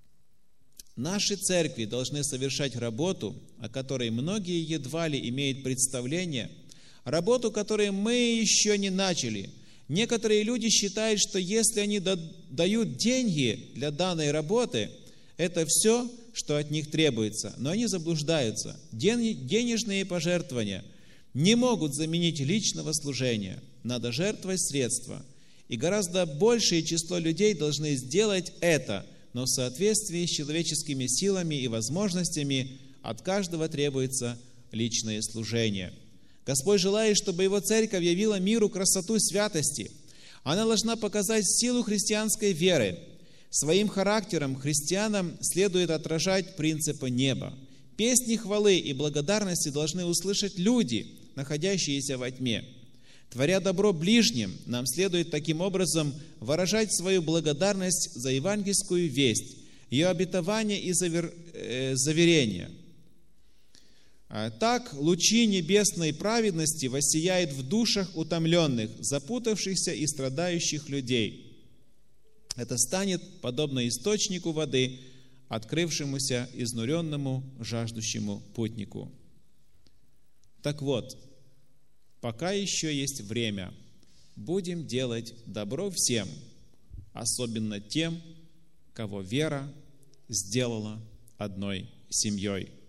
Наши церкви должны совершать работу, о которой многие едва ли имеют представление, работу, которую мы еще не начали. Некоторые люди считают, что если они дают деньги для данной работы, это все, что от них требуется. Но они заблуждаются. Денежные пожертвования не могут заменить личного служения. Надо жертвовать средства. И гораздо большее число людей должны сделать это, но в соответствии с человеческими силами и возможностями от каждого требуется личное служение. Господь желает, чтобы Его церковь явила миру красоту святости. Она должна показать силу христианской веры. Своим характером христианам следует отражать принципы неба. Песни хвалы и благодарности должны услышать люди, находящиеся во тьме. Творя добро ближним, нам следует таким образом выражать свою благодарность за евангельскую весть, ее обетование и завер... э, заверение. Так лучи небесной праведности воссияют в душах утомленных, запутавшихся и страдающих людей. Это станет подобно источнику воды, открывшемуся изнуренному, жаждущему путнику. Так вот, пока еще есть время, будем делать добро всем, особенно тем, кого вера сделала одной семьей.